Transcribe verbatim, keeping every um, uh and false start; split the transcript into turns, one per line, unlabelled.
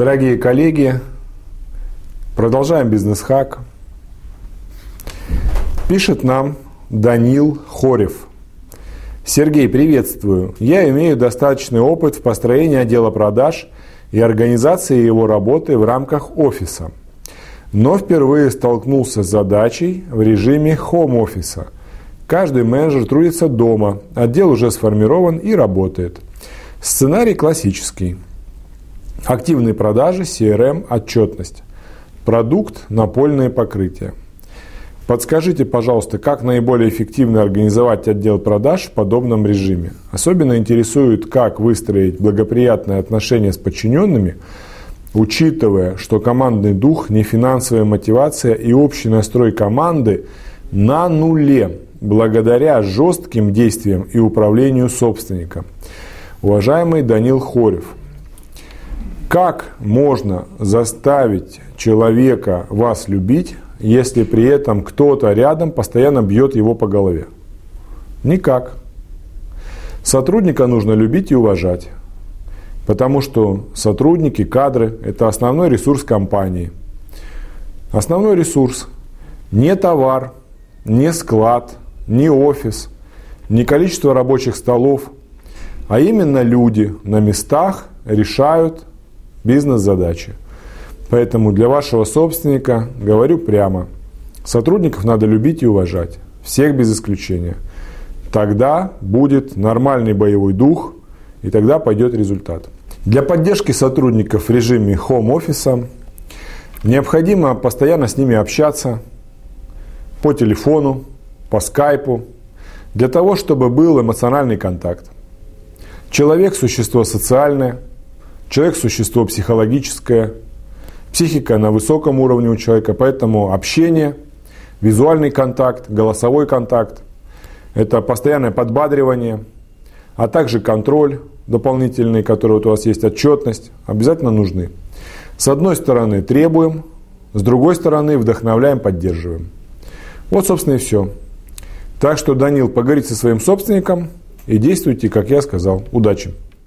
Дорогие коллеги, продолжаем бизнес-хак. Пишет нам Данил Хорев. Сергей, приветствую. Я имею достаточный опыт в построении отдела продаж и организации его работы в рамках офиса. Но впервые столкнулся с задачей в режиме хоум-офиса. Каждый менеджер трудится дома, отдел уже сформирован и работает. Сценарий классический. Активные продажи, си эр эм, отчетность. Продукт, напольное покрытие. Подскажите, пожалуйста, как наиболее эффективно организовать отдел продаж в подобном режиме? Особенно интересует, как выстроить благоприятные отношения с подчиненными, учитывая, что командный дух, нефинансовая мотивация и общий настрой команды на нуле, благодаря жестким действиям и управлению собственника. Уважаемый Данил Хорев, как можно заставить человека вас любить, если при этом кто-то рядом постоянно бьет его по голове? Никак. Сотрудника нужно любить и уважать, потому что сотрудники, кадры – это основной ресурс компании. Основной ресурс – не товар, не склад, не офис, не количество рабочих столов, а именно люди на местах решают бизнес-задачи. Поэтому для вашего собственника говорю прямо. Сотрудников надо любить и уважать. Всех без исключения. Тогда будет нормальный боевой дух, и тогда пойдет результат. Для поддержки сотрудников в режиме хоум-офиса необходимо постоянно с ними общаться по телефону, по скайпу, для того, чтобы был эмоциональный контакт. Человек – существо социальное, человек – существо психологическое, психика на высоком уровне у человека, поэтому общение, визуальный контакт, голосовой контакт – это постоянное подбадривание, а также контроль дополнительный, который вот у вас есть, отчетность, обязательно нужны. С одной стороны требуем, с другой стороны вдохновляем, поддерживаем. Вот, собственно, и все. Так что, Данил, поговорите со своим собственником и действуйте, как я сказал. Удачи!